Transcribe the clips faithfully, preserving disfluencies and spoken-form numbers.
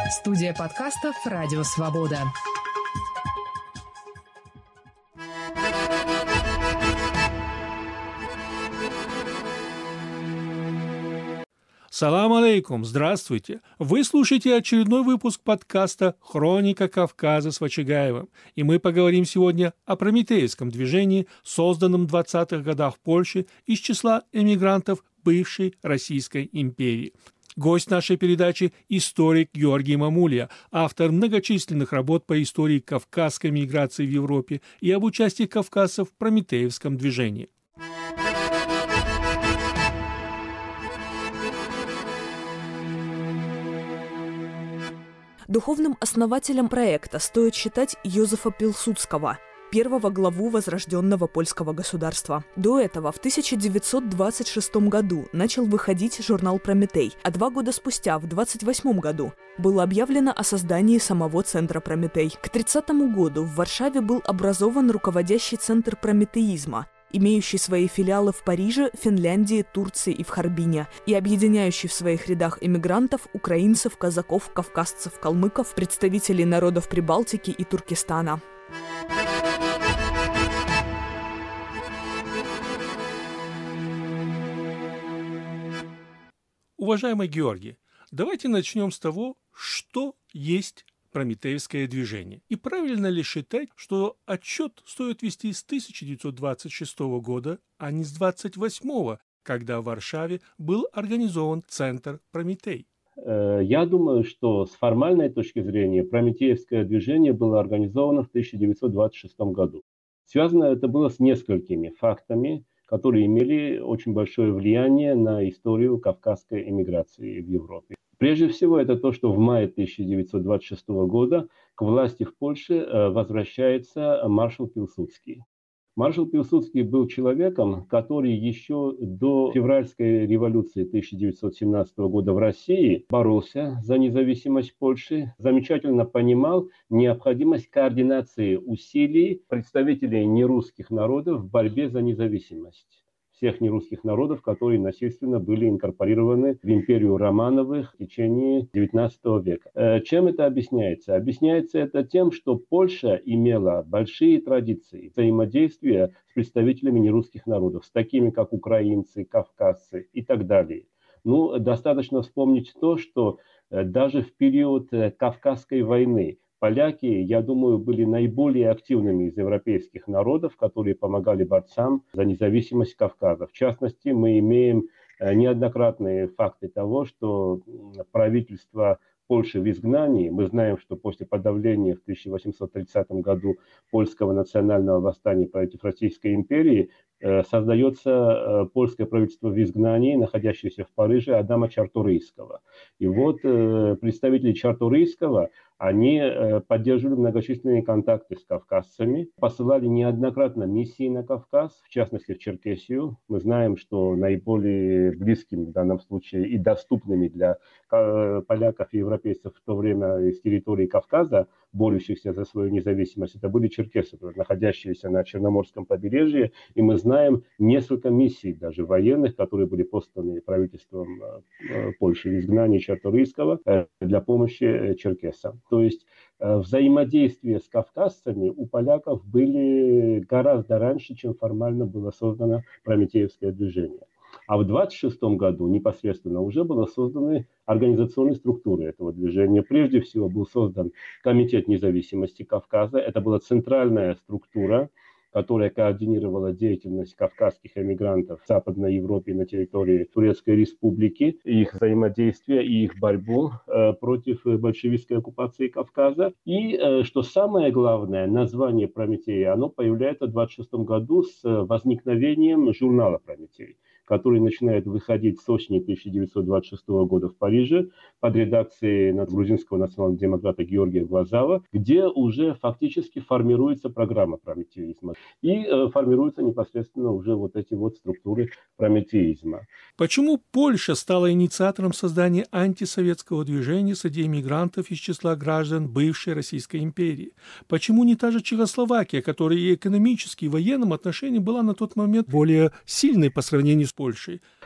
Студия подкастов «Радио Свобода». Салам алейкум, здравствуйте! Вы слушаете очередной выпуск подкаста «Хроника Кавказа» с Вачагаевым, и мы поговорим сегодня о прометеевском движении, созданном в двадцатых годах в Польше из числа эмигрантов бывшей Российской империи. Гость нашей передачи – историк Георгий Мамулья, автор многочисленных работ по истории кавказской миграции в Европе и об участии кавказцев в прометеевском движении. Духовным основателем проекта стоит считать Józefa Пилсудского, первого главу возрожденного польского государства. До этого, в тысяча девятьсот двадцать шестом году, начал выходить журнал «Прометей», а два года спустя, в двадцать восьмом году, было объявлено о создании самого центра «Прометей». К тридцатому году в Варшаве был образован руководящий центр прометеизма, имеющий свои филиалы в Париже, Финляндии, Турции и в Харбине, и объединяющий в своих рядах иммигрантов, украинцев, казаков, кавказцев, калмыков, представителей народов Прибалтики и Туркестана. Уважаемый Георгий, давайте начнем с того, что есть прометеевское движение. И правильно ли считать, что отчет стоит вести с тысяча девятьсот двадцать шестого года, а не с двадцать восьмого, когда в Варшаве был организован центр «Прометей»? Я думаю, что с формальной точки зрения прометеевское движение было организовано в тысяча девятьсот двадцать шестом году. Связано это было с несколькими фактами, которые имели очень большое влияние на историю кавказской эмиграции в Европе. Прежде всего, это то, что в мае тысяча девятьсот двадцать шестого года к власти в Польше возвращается маршал Пилсудский. Маршал Пилсудский был человеком, который еще до февральской революции тысяча девятьсот семнадцатого года в России боролся за независимость Польши, замечательно понимал необходимость координации усилий представителей нерусских народов в борьбе за независимость всех нерусских народов, которые насильственно были инкорпорированы в империю Романовых в течение девятнадцатого века. Чем это объясняется? Объясняется это тем, что Польша имела большие традиции взаимодействия с представителями нерусских народов, с такими как украинцы, кавказцы и так далее. Ну, достаточно вспомнить то, что даже в период Кавказской войны поляки, я думаю, были наиболее активными из европейских народов, которые помогали борцам за независимость Кавказа. В частности, мы имеем неоднократные факты того, что правительство Польши в изгнании, мы знаем, что после подавления в тысяча восемьсот тридцатом году польского национального восстания против Российской империи, создается польское правительство в изгнании, находящееся в Париже, Адама Чарторийского. И вот представители Чарторийского, они поддерживали многочисленные контакты с кавказцами, посылали неоднократно миссии на Кавказ, в частности в Черкесию. Мы знаем, что наиболее близкими в данном случае и доступными для поляков и европейцев в то время из территории Кавказа, борющихся за свою независимость, это были черкесы, находящиеся на Черноморском побережье. И мы знаем несколько миссий, даже военных, которые были посланы правительством Польши в изгнании Чарторийского для помощи черкесам. То есть взаимодействие с кавказцами у поляков были гораздо раньше, чем формально было создано прометеевское движение. А в двадцать шестом году непосредственно уже были созданы организационные структуры этого движения. Прежде всего был создан Комитет независимости Кавказа. Это была центральная структура, которая координировала деятельность кавказских эмигрантов в Западной Европе на территории Турецкой Республики, их взаимодействие и их борьбу э, против большевистской оккупации Кавказа. И, э, что самое главное, название «Прометея», оно появляется в двадцать шестом году с возникновением журнала «Прометей», который начинает выходить с осени тысяча девятьсот двадцать шестого года в Париже под редакцией грузинского национального демократа Георгия Глазава, где уже фактически формируется программа прометеизма и э, формируются непосредственно уже вот эти вот структуры прометеизма. Почему Польша стала инициатором создания антисоветского движения среди иммигрантов из числа граждан бывшей Российской империи? Почему не та же Чехословакия, которая и экономически, и в военном отношении была на тот момент более сильной по сравнению с Польшей?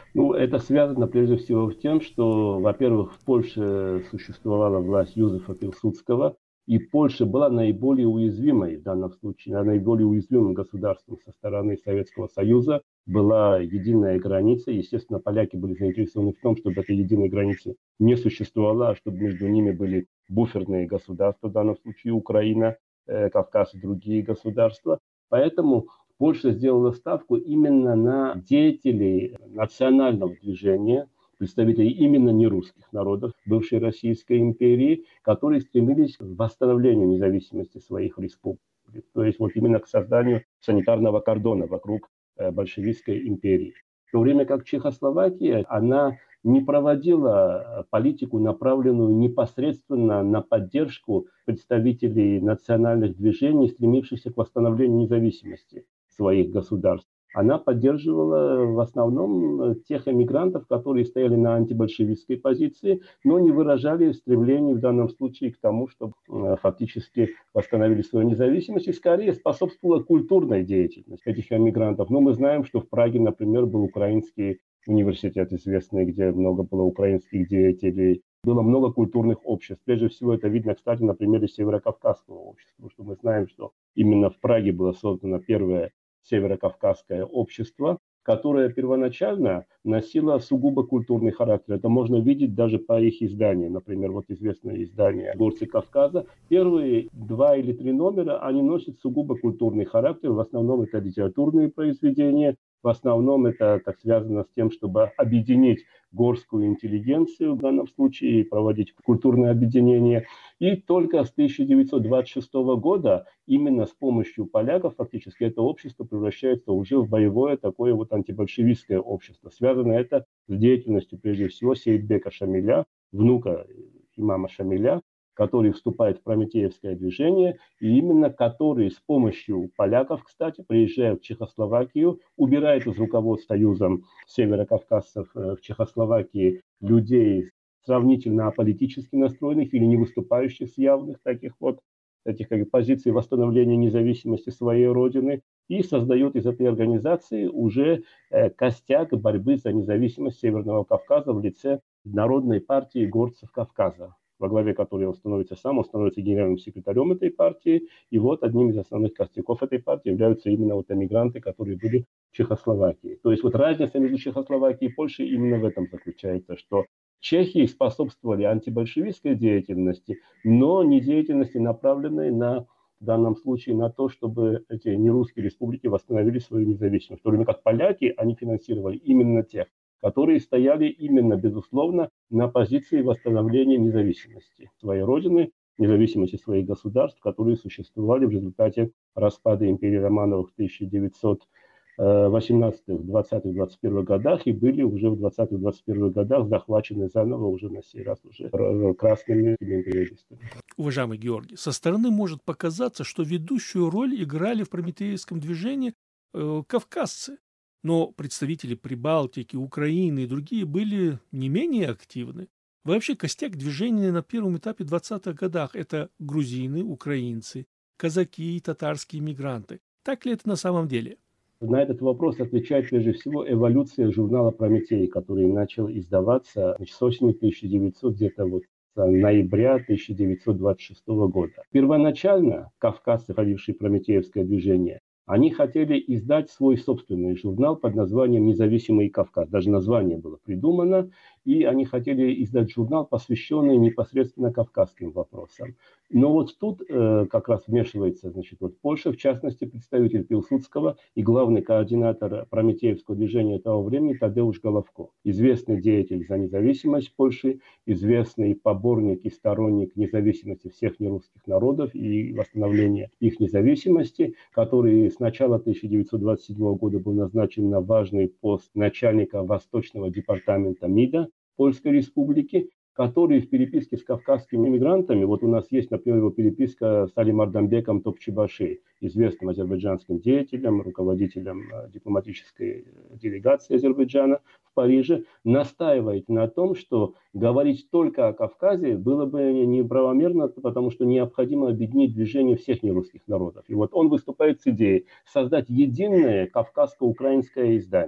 Ну, это связано прежде всего с тем, что, во-первых, в Польше существовала власть Юзефа Пилсудского, и Польша была наиболее уязвимой в данном случае, наиболее уязвимым государством со стороны Советского Союза. Была единая граница. Естественно, поляки были заинтересованы в том, чтобы этой единой границы не существовало, а чтобы между ними были буферные государства, в данном случае Украина, э, Кавказ и другие государства. Поэтому Польша сделала ставку именно на деятелей национального движения, представителей именно нерусских народов бывшей Российской империи, которые стремились к восстановлению независимости своих республик. То есть вот именно к созданию санитарного кордона вокруг э, большевистской империи. В то время как Чехословакия, она не проводила политику, направленную непосредственно на поддержку представителей национальных движений, стремившихся к восстановлению независимости своих государств. Она поддерживала в основном тех эмигрантов, которые стояли на антибольшевистской позиции, но не выражали стремлений в данном случае к тому, чтобы фактически восстановили свою независимость, и скорее способствовала культурной деятельности этих эмигрантов. Но мы знаем, что в Праге, например, был украинский университет известный, где много было украинских деятелей. Было много культурных обществ. Прежде всего это видно, кстати, на примере Северокавказского общества, потому что мы знаем, что именно в Праге было создано первое Северокавказское общество, которое первоначально носило сугубо культурный характер. Это можно видеть даже по их изданиям. Например, вот известное издание «Горцы Кавказа». Первые два или три номера, они носят сугубо культурный характер. В основном это литературные произведения. В основном это так связано с тем, чтобы объединить горскую интеллигенцию в данном случае, проводить культурное объединение. И только с тысяча девятьсот двадцать шестого года именно с помощью поляков фактически это общество превращается уже в боевое такое вот антибольшевистское общество. Связано это с деятельностью прежде всего Сейтбека Шамиля, внука имама Шамиля, который вступает в прометеевское движение, и именно который с помощью поляков, кстати, приезжает в Чехословакию, убирает из руководства Союзом северокавказцев в Чехословакии людей сравнительно аполитически настроенных или не выступающих с явных таких вот этих как, позиций восстановления независимости своей родины, и создает из этой организации уже э, костяк борьбы за независимость Северного Кавказа в лице Народной партии горцев Кавказа, во главе которой он становится сам, он становится генеральным секретарем этой партии. И вот одним из основных костяков этой партии являются именно вот эмигранты, которые были в Чехословакии. То есть вот разница между Чехословакией и Польшей именно в этом заключается, что чехи способствовали антибольшевистской деятельности, но не деятельности, направленной на, в данном случае на то, чтобы эти нерусские республики восстановили свою независимость. В то время как поляки, они финансировали именно тех, которые стояли именно, безусловно, на позиции восстановления независимости своей родины, независимости своих государств, которые существовали в результате распада империи Романовых в тысяча девятьсот восемнадцатых, двадцатых, двадцать первых годах и были уже в двадцатых, двадцать первых годах захвачены заново уже на сей раз уже красными империалистами. Уважаемый Георгий, со стороны может показаться, что ведущую роль играли в прометеевском движении э, кавказцы. Но представители Прибалтики, Украины и другие были не менее активны. Вообще костяк движения на первом этапе двадцатых годах – это грузины, украинцы, казаки и татарские мигранты. Так ли это на самом деле? На этот вопрос отвечает прежде всего эволюция журнала «Прометей», который начал издаваться значит, с осени тысяча девятисотого, где-то вот ноября тысяча девятьсот двадцать шестого года. Первоначально кавказцы, входившие в прометеевское движение, они хотели издать свой собственный журнал под названием «Независимый Кавказ». Даже название было придумано, и они хотели издать журнал, посвященный непосредственно кавказским вопросам. Но вот тут э, как раз вмешивается, значит, вот Польша, в частности, представитель Пилсудского и главный координатор прометеевского движения того времени Тадеуш Головко, известный деятель за независимость Польши, известный поборник и сторонник независимости всех нерусских народов и восстановления их независимости, который с начала тысяча девятьсот двадцать седьмого года был назначен на важный пост начальника Восточного департамента МИДа Польской Республики, который в переписке с кавказскими иммигрантами, вот у нас есть, например, его переписка с Алим Ардамбеком Топчибаши, известным азербайджанским деятелем, руководителем дипломатической делегации Азербайджана в Париже, настаивает на том, что говорить только о Кавказе было бы неправомерно, потому что необходимо объединить движение всех нерусских народов. И вот он выступает с идеей создать единое кавказско-украинское издание.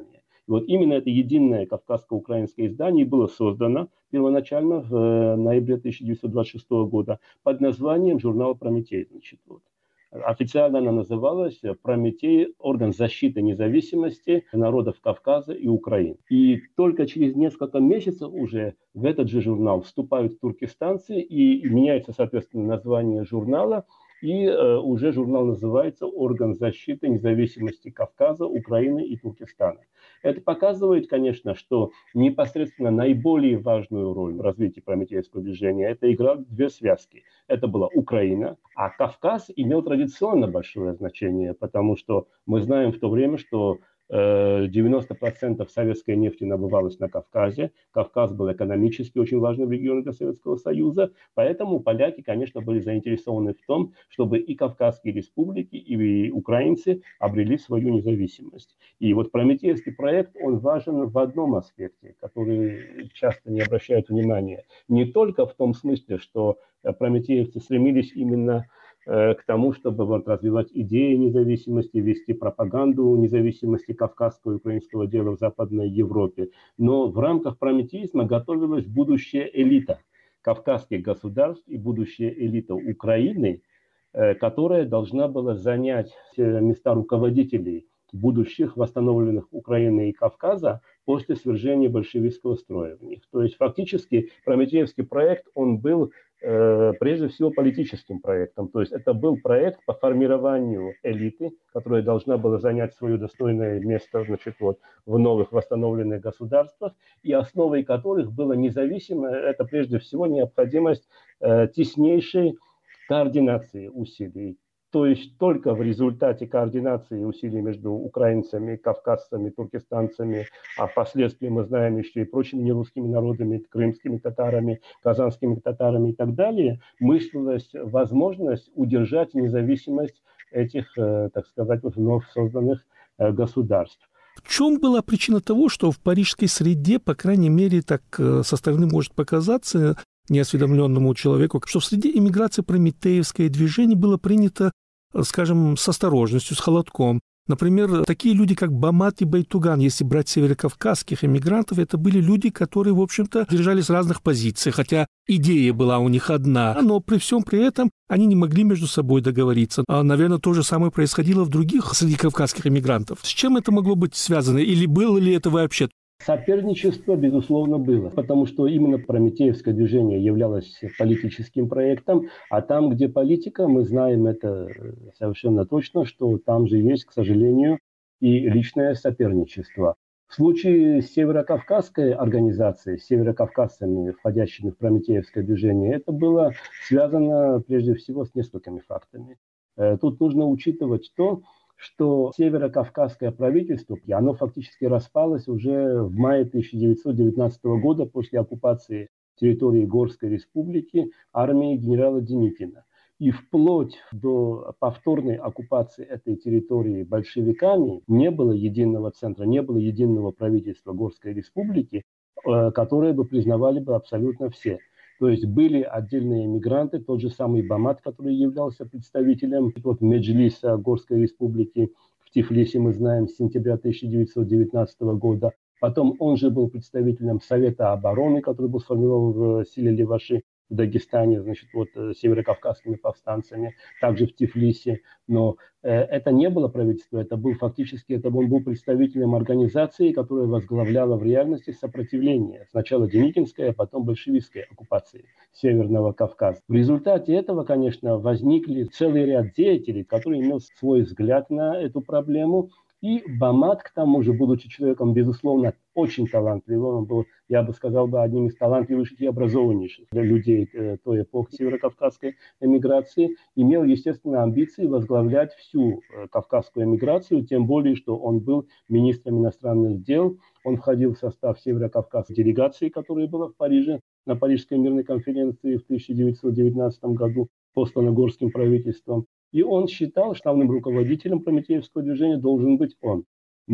И вот именно это единое кавказско-украинское издание было создано первоначально в э, ноябре тысяча девятьсот двадцать шестого года под названием журнал «Прометей». Значит, вот. Официально она называлась «Прометей. Орган защиты независимости народов Кавказа и Украины». И только через несколько месяцев уже в этот же журнал вступают туркестанцы и меняется, соответственно, название журнала. И э, уже журнал называется «Орган защиты независимости Кавказа, Украины и Туркестана». Это показывает, конечно, что непосредственно наиболее важную роль в развитии прометеевского движения это играли две связки. Это была Украина, а Кавказ имел традиционно большое значение, потому что мы знаем в то время, что девяносто процентов советской нефти набывалось на Кавказе. Кавказ был экономически очень важным регионом для Советского Союза. Поэтому поляки, конечно, были заинтересованы в том, чтобы и Кавказские республики, и украинцы обрели свою независимость. И вот Прометеевский проект, он важен в одном аспекте, который часто не обращают внимания. Не только в том смысле, что прометеевцы стремились именно к тому, чтобы вот развивать идеи независимости, вести пропаганду независимости кавказского и украинского дела в Западной Европе. Но в рамках прометеизма готовилась будущая элита кавказских государств и будущая элита Украины, которая должна была занять места руководителей будущих восстановленных Украины и Кавказа после свержения большевистского строя в них. То есть фактически Прометеевский проект, он был э, прежде всего политическим проектом. То есть это был проект по формированию элиты, которая должна была занять свое достойное место, значит, вот, в новых восстановленных государствах, и основой которых было независимо, это прежде всего необходимость э, теснейшей координации усилий. То есть только в результате координации усилий между украинцами, кавказцами, туркестанцами, а впоследствии мы знаем еще и прочими нерусскими народами, крымскими татарами, казанскими татарами и так далее, мыслилась возможность удержать независимость этих, так сказать, вновь созданных государств. В чем была причина того, что в парижской среде, по крайней мере, так со стороны может показаться неосведомленному человеку, что в среде иммиграции прометеевское движение было принято, скажем, с осторожностью, с холодком. Например, такие люди, как Бамат и Байтуган, если брать северокавказских эмигрантов, это были люди, которые, в общем-то, держались в разных позициях, хотя идея была у них одна, но при всем при этом они не могли между собой договориться. А, наверное, то же самое происходило в других среди кавказских эмигрантов. С чем это могло быть связано, или было ли это вообще? Соперничество, безусловно, было, потому что именно прометеевское движение являлось политическим проектом, а там, где политика, мы знаем это совершенно точно, что там же есть, к сожалению, и личное соперничество. В случае с северокавказской организацией, с северокавказцами, входящими в прометеевское движение, это было связано прежде всего с несколькими фактами. Тут нужно учитывать то, что северокавказское правительство, оно фактически распалось уже в мае тысяча девятьсот девятнадцатого года после оккупации территории Горской республики армией генерала Деникина. И вплоть до повторной оккупации этой территории большевиками не было единого центра, не было единого правительства Горской республики, которое бы признавали бы абсолютно все. То есть были отдельные мигранты, тот же самый Бамат, который являлся представителем вот, Меджлиса Горской республики в Тифлисе, мы знаем, с сентября тысяча девятьсот девятнадцатого года. Потом он же был представителем Совета обороны, который был сформирован в селе Леваши в Дагестане, значит, вот северокавказскими повстанцами, также в Тифлисе. Но э, это не было правительство, это был фактически, это он был представителем организации, которая возглавляла в реальности сопротивление. Сначала Деникинской, а потом большевистской оккупации Северного Кавказа. В результате этого, конечно, возникли целый ряд деятелей, которые имели свой взгляд на эту проблему. И Бамат, к тому же, будучи человеком, безусловно, очень талантливым, он был, я бы сказал, бы, одним из талантливейших и образованнейших людей э, той эпохи северокавказской эмиграции, имел, естественно, амбиции возглавлять всю э, кавказскую эмиграцию, тем более, что он был министром иностранных дел, он входил в состав северокавказской делегации, которая была в Париже на Парижской мирной конференции в тысяча девятьсот девятнадцатом году, послана горским правительством. И он считал, что главным руководителем прометеевского движения должен быть он.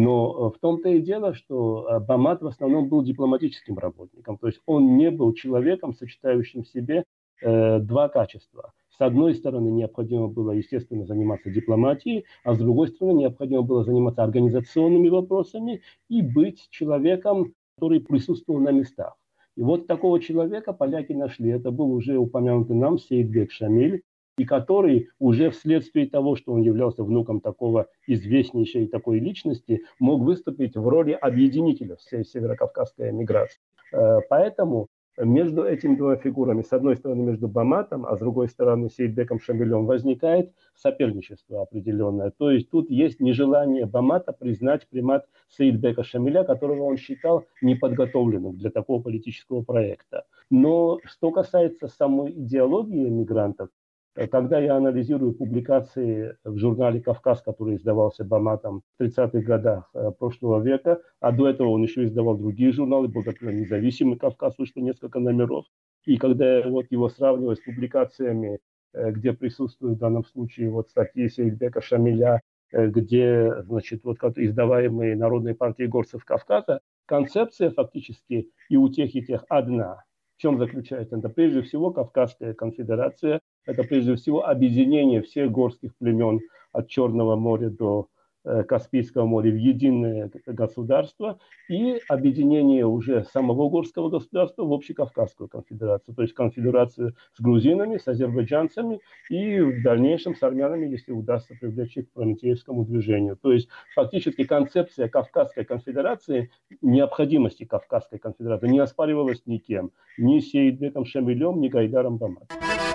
Но в том-то и дело, что Бамат в основном был дипломатическим работником. То есть он не был человеком, сочетающим в себе э, два качества. С одной стороны, необходимо было, естественно, заниматься дипломатией, а с другой стороны, необходимо было заниматься организационными вопросами и быть человеком, который присутствовал на местах. И вот такого человека поляки нашли. Это был уже упомянутый нам Сейтбек Шамиль, и который уже вследствие того, что он являлся внуком такого известнейшей такой личности, мог выступить в роли объединителя всей северокавказской эмиграции. Поэтому между этими двумя фигурами, с одной стороны между Баматом, а с другой стороны Сейтбеком Шамилем, возникает соперничество определенное. То есть тут есть нежелание Бамата признать примат Сейтбека Шамиля, которого он считал неподготовленным для такого политического проекта. Но что касается самой идеологии мигрантов, когда я анализирую публикации в журнале «Кавказ», который издавался Баматом в тридцатых годах прошлого века, а до этого он еще издавал другие журналы, был такой независимый «Кавказ», вышло несколько номеров. И когда я вот его сравниваю с публикациями, где присутствуют в данном случае вот статьи Сейтбека Шамиля, где, значит, вот издаваемые Народной партией горцев Кавказа, концепция фактически и у тех, и тех одна. В чем заключается? Это прежде всего Кавказская конфедерация, это прежде всего объединение всех горских племен от Черного моря до э, Каспийского моря в единое государство и объединение уже самого горского государства в общекавказскую конфедерацию, то есть конфедерацию с грузинами, с азербайджанцами и в дальнейшем с армянами, если удастся привлечь их к прометеевскому движению. То есть фактически концепция Кавказской конфедерации, необходимости Кавказской конфедерации не оспаривалась никем, ни Сейтбеком Шамилем, ни Гайдаром Баматом.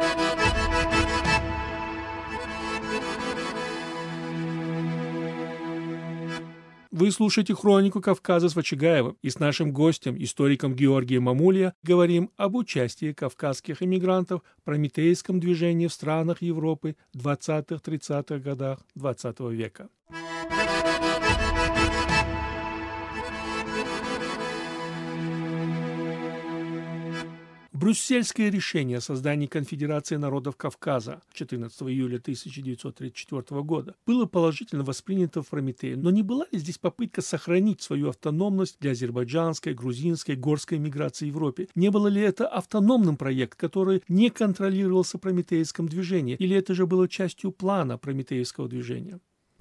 Вы слушаете «Хронику Кавказа» с Вачигаевым, и с нашим гостем, историком Георгием Мамулья, говорим об участии кавказских иммигрантов в прометейском движении в странах Европы в двадцатых-тридцатых годах двадцатого века. Брюссельское решение о создании Конфедерации народов Кавказа четырнадцатого июля тысяча девятьсот тридцать четвёртого года было положительно воспринято в Прометее, но не была ли здесь попытка сохранить свою автономность для азербайджанской, грузинской, горской миграции в Европе? Не было ли это автономным проект, который не контролировался прометейским движением, или это же было частью плана прометейского движения?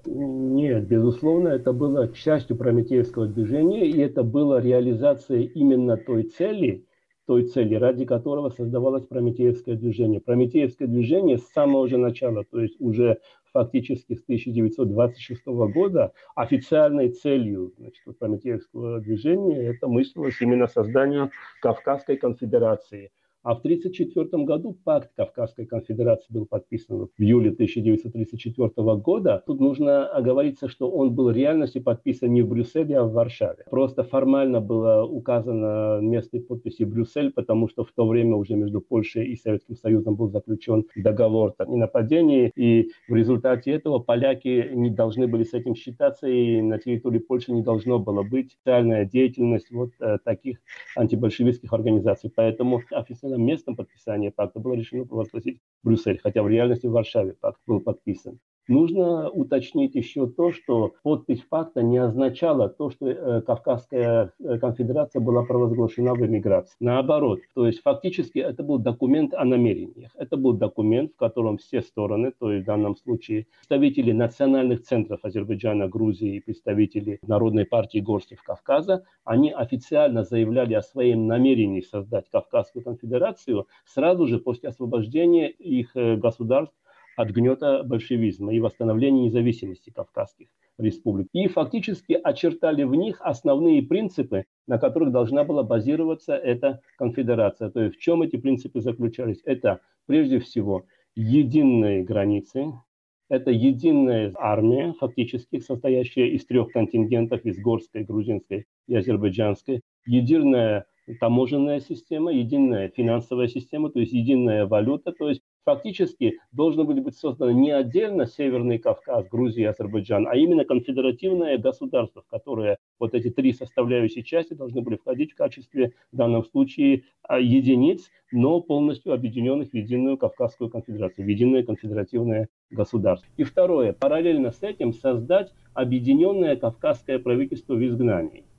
Нет, безусловно, это было частью прометеевского движения, и это была реализация именно той цели, той цели, ради которого создавалось прометеевское движение. Прометеевское движение с самого же начала, то есть уже фактически с тысяча девятьсот двадцать шестого года, официальной целью, значит, прометеевского движения это мыслилось именно создание Кавказской конфедерации. А в тысяча девятьсот тридцать четвёртом году пакт Кавказской конфедерации был подписан в июле тысяча девятьсот тридцать четвёртого года. Тут нужно оговориться, что он был в реальности подписан не в Брюсселе, а в Варшаве. Просто формально было указано место подписи Брюссель, потому что в то время уже между Польшей и Советским Союзом был заключен договор о ненападении, и в результате этого поляки не должны были с этим считаться, и на территории Польши не должно было быть специальная деятельность вот э, таких антибольшевистских организаций. Поэтому официально местом подписания пакта было решено провозгласить Брюссель, хотя в реальности в Варшаве пакт был подписан. Нужно уточнить еще то, что подпись пакта не означала то, что э, Кавказская конфедерация была провозглашена в эмиграции. Наоборот, то есть фактически это был документ о намерениях. Это был документ, в котором все стороны, то есть в данном случае представители национальных центров Азербайджана, Грузии и представители Народной партии горцев Кавказа, они официально заявляли о своем намерении создать Кавказскую конфедерацию сразу же после освобождения их э, государств от гнета большевизма и восстановления независимости Кавказских республик. И фактически очертали в них основные принципы, на которых должна была базироваться эта конфедерация. То есть в чем эти принципы заключались? Это прежде всего единые границы, это единая армия, фактически состоящая из трех контингентов, из горской, грузинской и азербайджанской, единая таможенная система, единая финансовая система, то есть единая валюта, то есть фактически должны были быть созданы не отдельно Северный Кавказ, Грузия и Азербайджан, а именно конфедеративное государство, в которое вот эти три составляющие части должны были входить в качестве, в данном случае, единиц, но полностью объединенных в единую Кавказскую конфедерацию, в единое конфедеративное государство. И второе, параллельно с этим создать объединенное кавказское правительство в изгнании.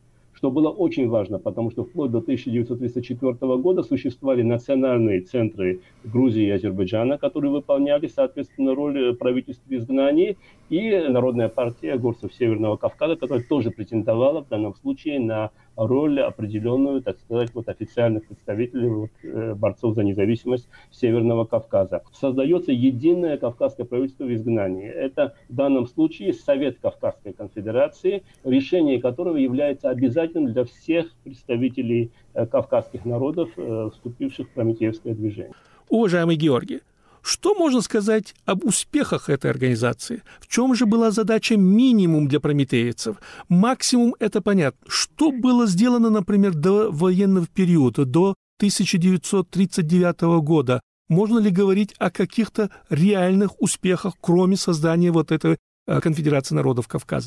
что было очень важно, потому что вплоть до тысяча девятьсот тридцать четвёртого года существовали национальные центры Грузии и Азербайджана, которые выполняли, соответственно, роль правительства в изгнании, и Народная партия горцев Северного Кавказа, которая тоже претендовала в данном случае на роль определенную, так сказать, вот официальных представителей вот, э, борцов за независимость Северного Кавказа. Создается единое кавказское правительство в изгнании. Это в данном случае Совет Кавказской конфедерации, решение которого является обязательным для всех представителей э, кавказских народов, э, вступивших в Прометеевское движение. Уважаемый Георгий, что можно сказать об успехах этой организации? В чем же была задача минимум для прометеевцев? Максимум – это понятно. Что было сделано, например, до военного периода, до тысяча девятьсот тридцать девятого года? Можно ли говорить о каких-то реальных успехах, кроме создания вот этой конфедерации народов Кавказа?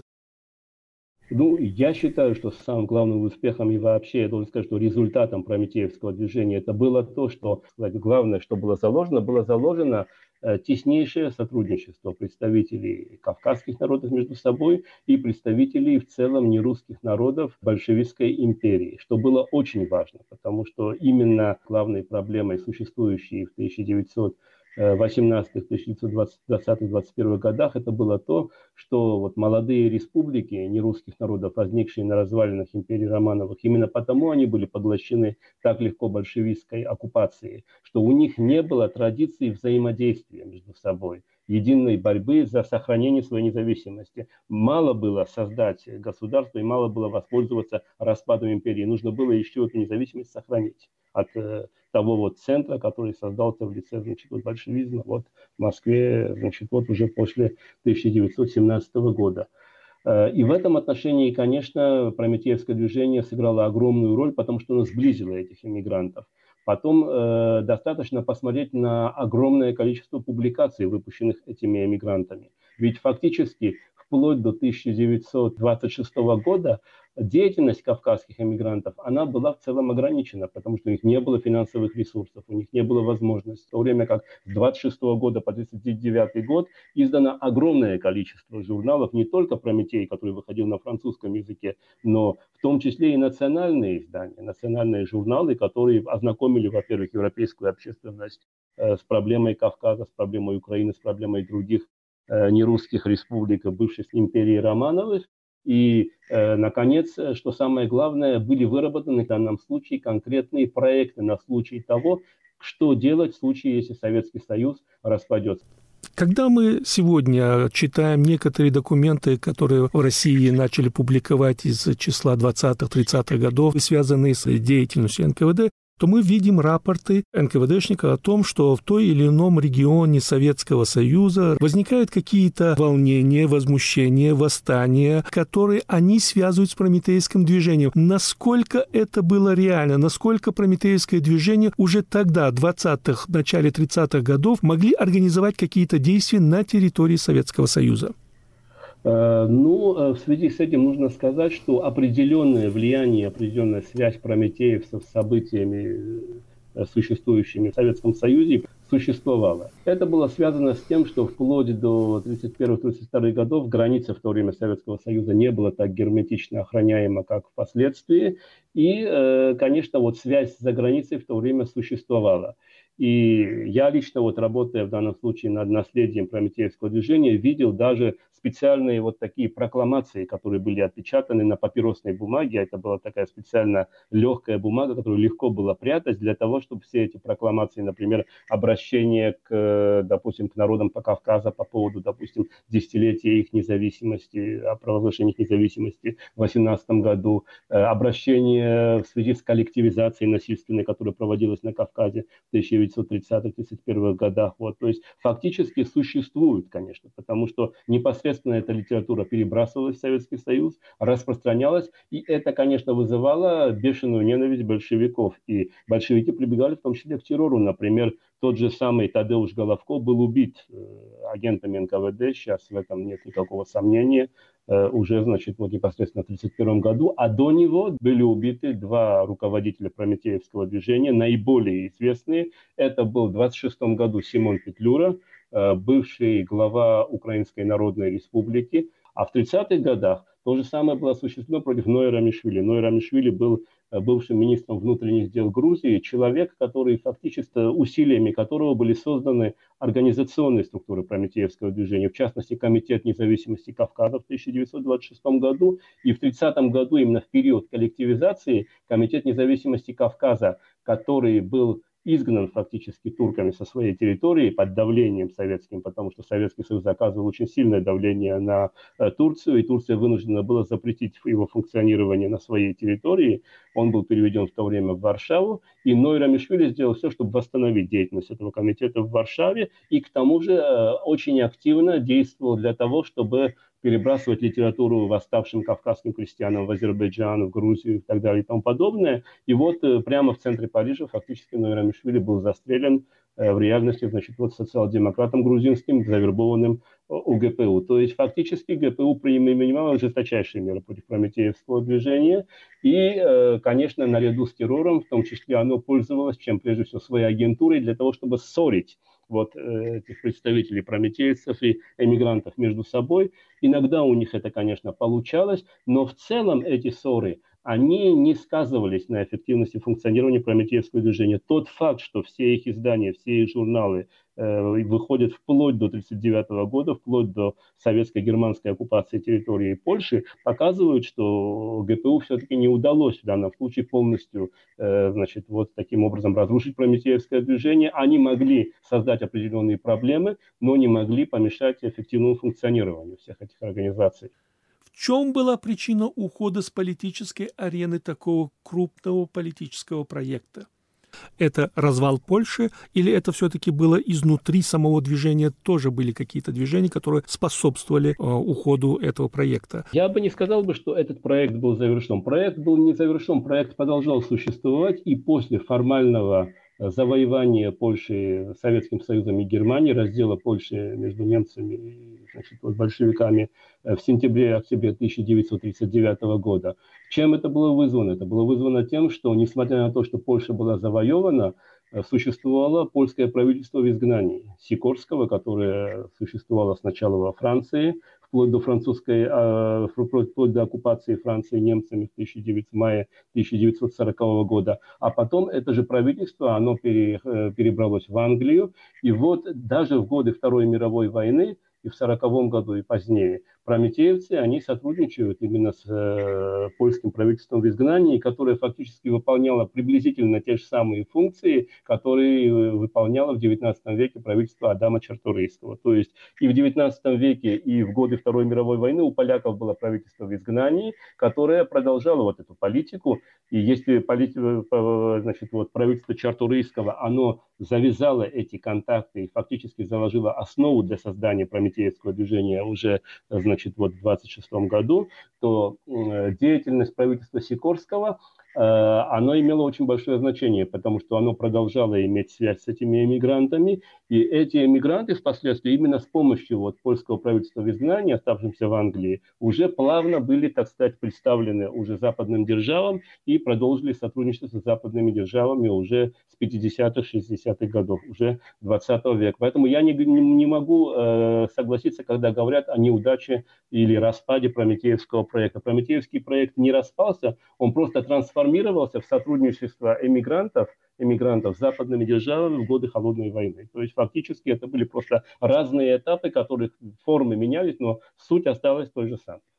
Ну, я считаю, что самым главным успехом и вообще, я должен сказать, что результатом Прометеевского движения это было то, что, сказать, главное, что было заложено, было заложено э, теснейшее сотрудничество представителей кавказских народов между собой и представителей в целом нерусских народов большевистской империи, что было очень важно, потому что именно главной проблемой, существующей в тысяча девятьсот восемнадцатых, тысяча девятьсот двадцатых, двадцать первых годах, это было то, что вот молодые республики нерусских народов, возникшие на развалинах империи Романовых, именно потому они были поглощены так легко большевистской оккупацией, что у них не было традиции взаимодействия между собой, единой борьбы за сохранение своей независимости. Мало было создать государство и мало было воспользоваться распадом империи. Нужно было еще эту независимость сохранить от э, того вот центра, который создался в лице, значит, вот большевизма вот, в Москве, значит, вот уже после тысяча девятьсот семнадцатого года. Э, и в этом отношении, конечно, Прометеевское движение сыграло огромную роль, потому что оно сблизило этих иммигрантов. Потом э, достаточно посмотреть на огромное количество публикаций, выпущенных этими эмигрантами. Ведь фактически вплоть до тысяча девятьсот двадцать шестого года деятельность кавказских эмигрантов, она была в целом ограничена, потому что у них не было финансовых ресурсов, у них не было возможности. В то время как с двадцать шестого года по тридцать девятый год издано огромное количество журналов, не только «Прометей», который выходил на французском языке, но в том числе и национальные издания, национальные журналы, которые ознакомили, во-первых, европейскую общественность э, с проблемой Кавказа, с проблемой Украины, с проблемой других э, нерусских республик, бывших империи Романовых. И, э, наконец, что самое главное, были выработаны в данном случае конкретные проекты на случай того, что делать в случае, если Советский Союз распадется. Когда мы сегодня читаем некоторые документы, которые в России начали публиковать из числа двадцатых-тридцатых годов, связанные с деятельностью эн ка вэ дэ, то мы видим рапорты эн ка вэ дэшника о том, что в той или ином регионе Советского Союза возникают какие-то волнения, возмущения, восстания, которые они связывают с прометеевским движением. Насколько это было реально, насколько прометеевское движение уже тогда, в двадцатых, в начале тридцатых годов, могли организовать какие-то действия на территории Советского Союза? Ну, в связи с этим нужно сказать, что определенное влияние, определенная связь прометеевцев с событиями, существующими в Советском Союзе, существовала. Это было связано с тем, что вплоть до тридцать первых — тридцать вторых годов граница в то время Советского Союза не была так герметично охраняема, как впоследствии. И, конечно, вот связь за границей в то время существовала. И я лично, вот, работая в данном случае над наследием Прометеевского движения, видел даже специальные вот такие прокламации, которые были отпечатаны на папиросной бумаге. Это была такая специально легкая бумага, которую легко было прятать для того, чтобы все эти прокламации, например, обращение к, допустим, к народам по Кавказа по поводу, допустим, десятилетия их независимости, провозглашения их независимости в восемнадцатом году, обращение в связи с коллективизацией насильственной, которая проводилась на Кавказе в тысяча девятьсот тридцатых — тридцать первых годах. Вот. То есть фактически существует, конечно, потому что непосредственно эта литература перебрасывалась в Советский Союз, распространялась, и это, конечно, вызывало бешеную ненависть большевиков. И большевики прибегали в том числе к террору. Например, тот же самый Тадеуш Головко был убит э, агентами эн ка вэ дэ, сейчас в этом нет никакого сомнения, э, уже, значит, вот непосредственно в тридцать первом году, а до него были убиты два руководителя Прометеевского движения, наиболее известные. Это был в двадцать шестом году Симон Петлюра, э, бывший глава Украинской Народной Республики, а в тридцатых годах То же самое было осуществлено против Ной Рамишвили. Ной Рамишвили был бывшим министром внутренних дел Грузии, человек, который фактически усилиями которого были созданы организационные структуры прометеевского движения, в частности, Комитет независимости Кавказа в тысяча девятьсот двадцать шестом году, и в тридцатом году, именно в период коллективизации, Комитет независимости Кавказа, который был изгнан фактически турками со своей территории под давлением советским, потому что Советский Союз оказывал очень сильное давление на э, Турцию, и Турция вынуждена была запретить его функционирование на своей территории. Он был переведен в то время в Варшаву, и Ной Рамишвили сделал все, чтобы восстановить деятельность этого комитета в Варшаве, и к тому же э, очень активно действовал для того, чтобы перебрасывать литературу восставшим кавказским крестьянам в Азербайджан, в Грузию и так далее и тому подобное. И вот э, прямо в центре Парижа фактически Ной Рамишвили был застрелен э, в реальности, значит, вот социал-демократом грузинским, завербованным у ГПУ. То есть фактически ГПУ принимало жесточайшие меры против прометеевского движения. И, э, конечно, наряду с террором, в том числе, оно пользовалось, чем прежде всего, своей агентурой для того, чтобы ссорить вот э, этих представителей прометеевцев и эмигрантов между собой. Иногда у них это, конечно, получалось, но в целом эти ссоры, они не сказывались на эффективности функционирования прометеевского движения. Тот факт, что все их издания, все их журналы э, выходят вплоть до тысяча девятьсот тридцать девятого года, вплоть до советско-германской оккупации территории Польши, показывают, что ГПУ все-таки не удалось в данном случае полностью, э, значит, вот таким образом разрушить прометеевское движение. Они могли создать определенные проблемы, но не могли помешать эффективному функционированию всех этих организаций. В чем была причина ухода с политической арены такого крупного политического проекта? Это развал Польши или это все-таки было изнутри самого движения, тоже были какие-то движения, которые способствовали э, уходу этого проекта? Я бы не сказал бы, что этот проект был завершен. Проект был не завершен, проект продолжал существовать, и после формального завоевания Польши Советским Союзом и Германией, раздела Польши между немцами и, значит, вот большевиками в сентябре-октябре тысяча девятьсот тридцать девятого года. Чем это было вызвано? Это было вызвано тем, что, несмотря на то, что Польша была завоевана, существовало польское правительство в изгнании. Сикорского, которое существовало сначала во Франции, вплоть до французской, вплоть до оккупации Франции немцами в мае тысяча девятьсот сорокового года. А потом это же правительство, оно перебралось в Англию. И вот даже в годы Второй мировой войны, и в сороковом году, и позднее, прометеевцы, они сотрудничают именно с э, польским правительством в изгнании, которое фактически выполняло приблизительно те же самые функции, которые выполняло в девятнадцатом веке правительство Адама Чарторийского. То есть и в девятнадцатом веке, и в годы Второй мировой войны у поляков было правительство в изгнании, которое продолжало вот эту политику. И если полити... значит, вот, правительство Чарторийского, оно завязало эти контакты и фактически заложило основу для создания прометеевского движения уже, значит, вот в двадцать шестом году, то э, деятельность правительства Сикорского, э, оно имело очень большое значение, потому что оно продолжало иметь связь с этими эмигрантами, и эти эмигранты впоследствии именно с помощью вот польского правительства в изгнании, оставшимся в Англии, уже плавно были, так сказать, представлены уже западным державам и продолжили сотрудничество с западными державами уже с пятидесятых, шестидесятых годов, уже двадцатого века. Поэтому я не, не, не могу э, согласиться, когда говорят о неудаче или распаде прометеевского проекта. Прометеевский проект не распался, он просто трансформировался в сотрудничество эмигрантов, эмигрантов с западными державами в годы Холодной войны. То есть фактически это были просто разные этапы, которых формы менялись, но суть осталась той же самой.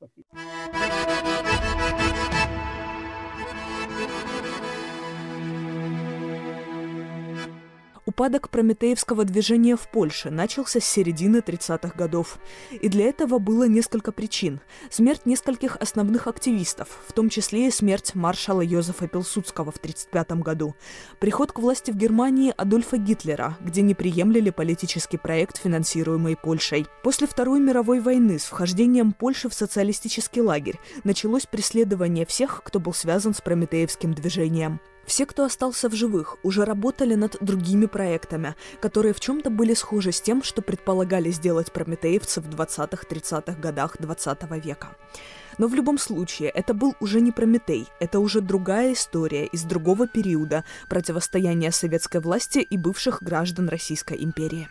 Упадок прометеевского движения в Польше начался с середины тридцатых годов. И для этого было несколько причин. Смерть нескольких основных активистов, в том числе и смерть маршала Йозефа Пилсудского в тридцать пятом году, приход к власти в Германии Адольфа Гитлера, где не приемлили политический проект, финансируемый Польшей. После Второй мировой войны с вхождением Польши в социалистический лагерь началось преследование всех, кто был связан с прометеевским движением. Все, кто остался в живых, уже работали над другими проектами, которые в чем-то были схожи с тем, что предполагали сделать прометеевцы в двадцатых-тридцатых годах двадцатого века. Но в любом случае, это был уже не Прометей, это уже другая история из другого периода противостояния советской власти и бывших граждан Российской империи.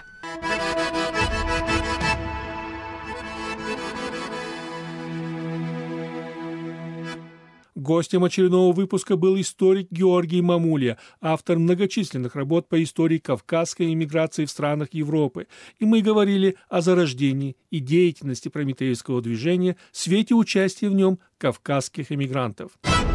Гостем очередного выпуска был историк Георгий Мамулья, автор многочисленных работ по истории кавказской эмиграции в странах Европы. И мы говорили о зарождении и деятельности прометеевского движения в свете участия в нем кавказских эмигрантов.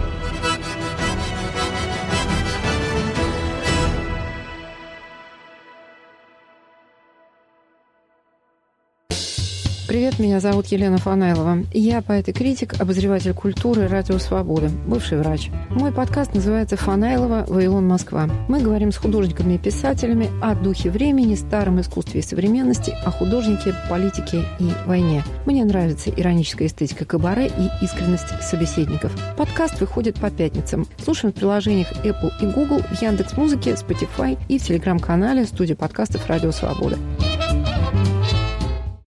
Привет, меня зовут Елена Фанайлова. Я поэт и критик, обозреватель культуры «Радио Свобода», бывший врач. Мой подкаст называется «Фанайлова. Вавилон. Москва». Мы говорим с художниками и писателями о духе времени, старом искусстве и современности, о художнике, политике и войне. Мне нравится ироническая эстетика кабаре и искренность собеседников. Подкаст выходит по пятницам. Слушаем в приложениях Apple и Google, в Яндекс.Музыке, Spotify и в телеграм-канале студии подкастов «Радио Свобода».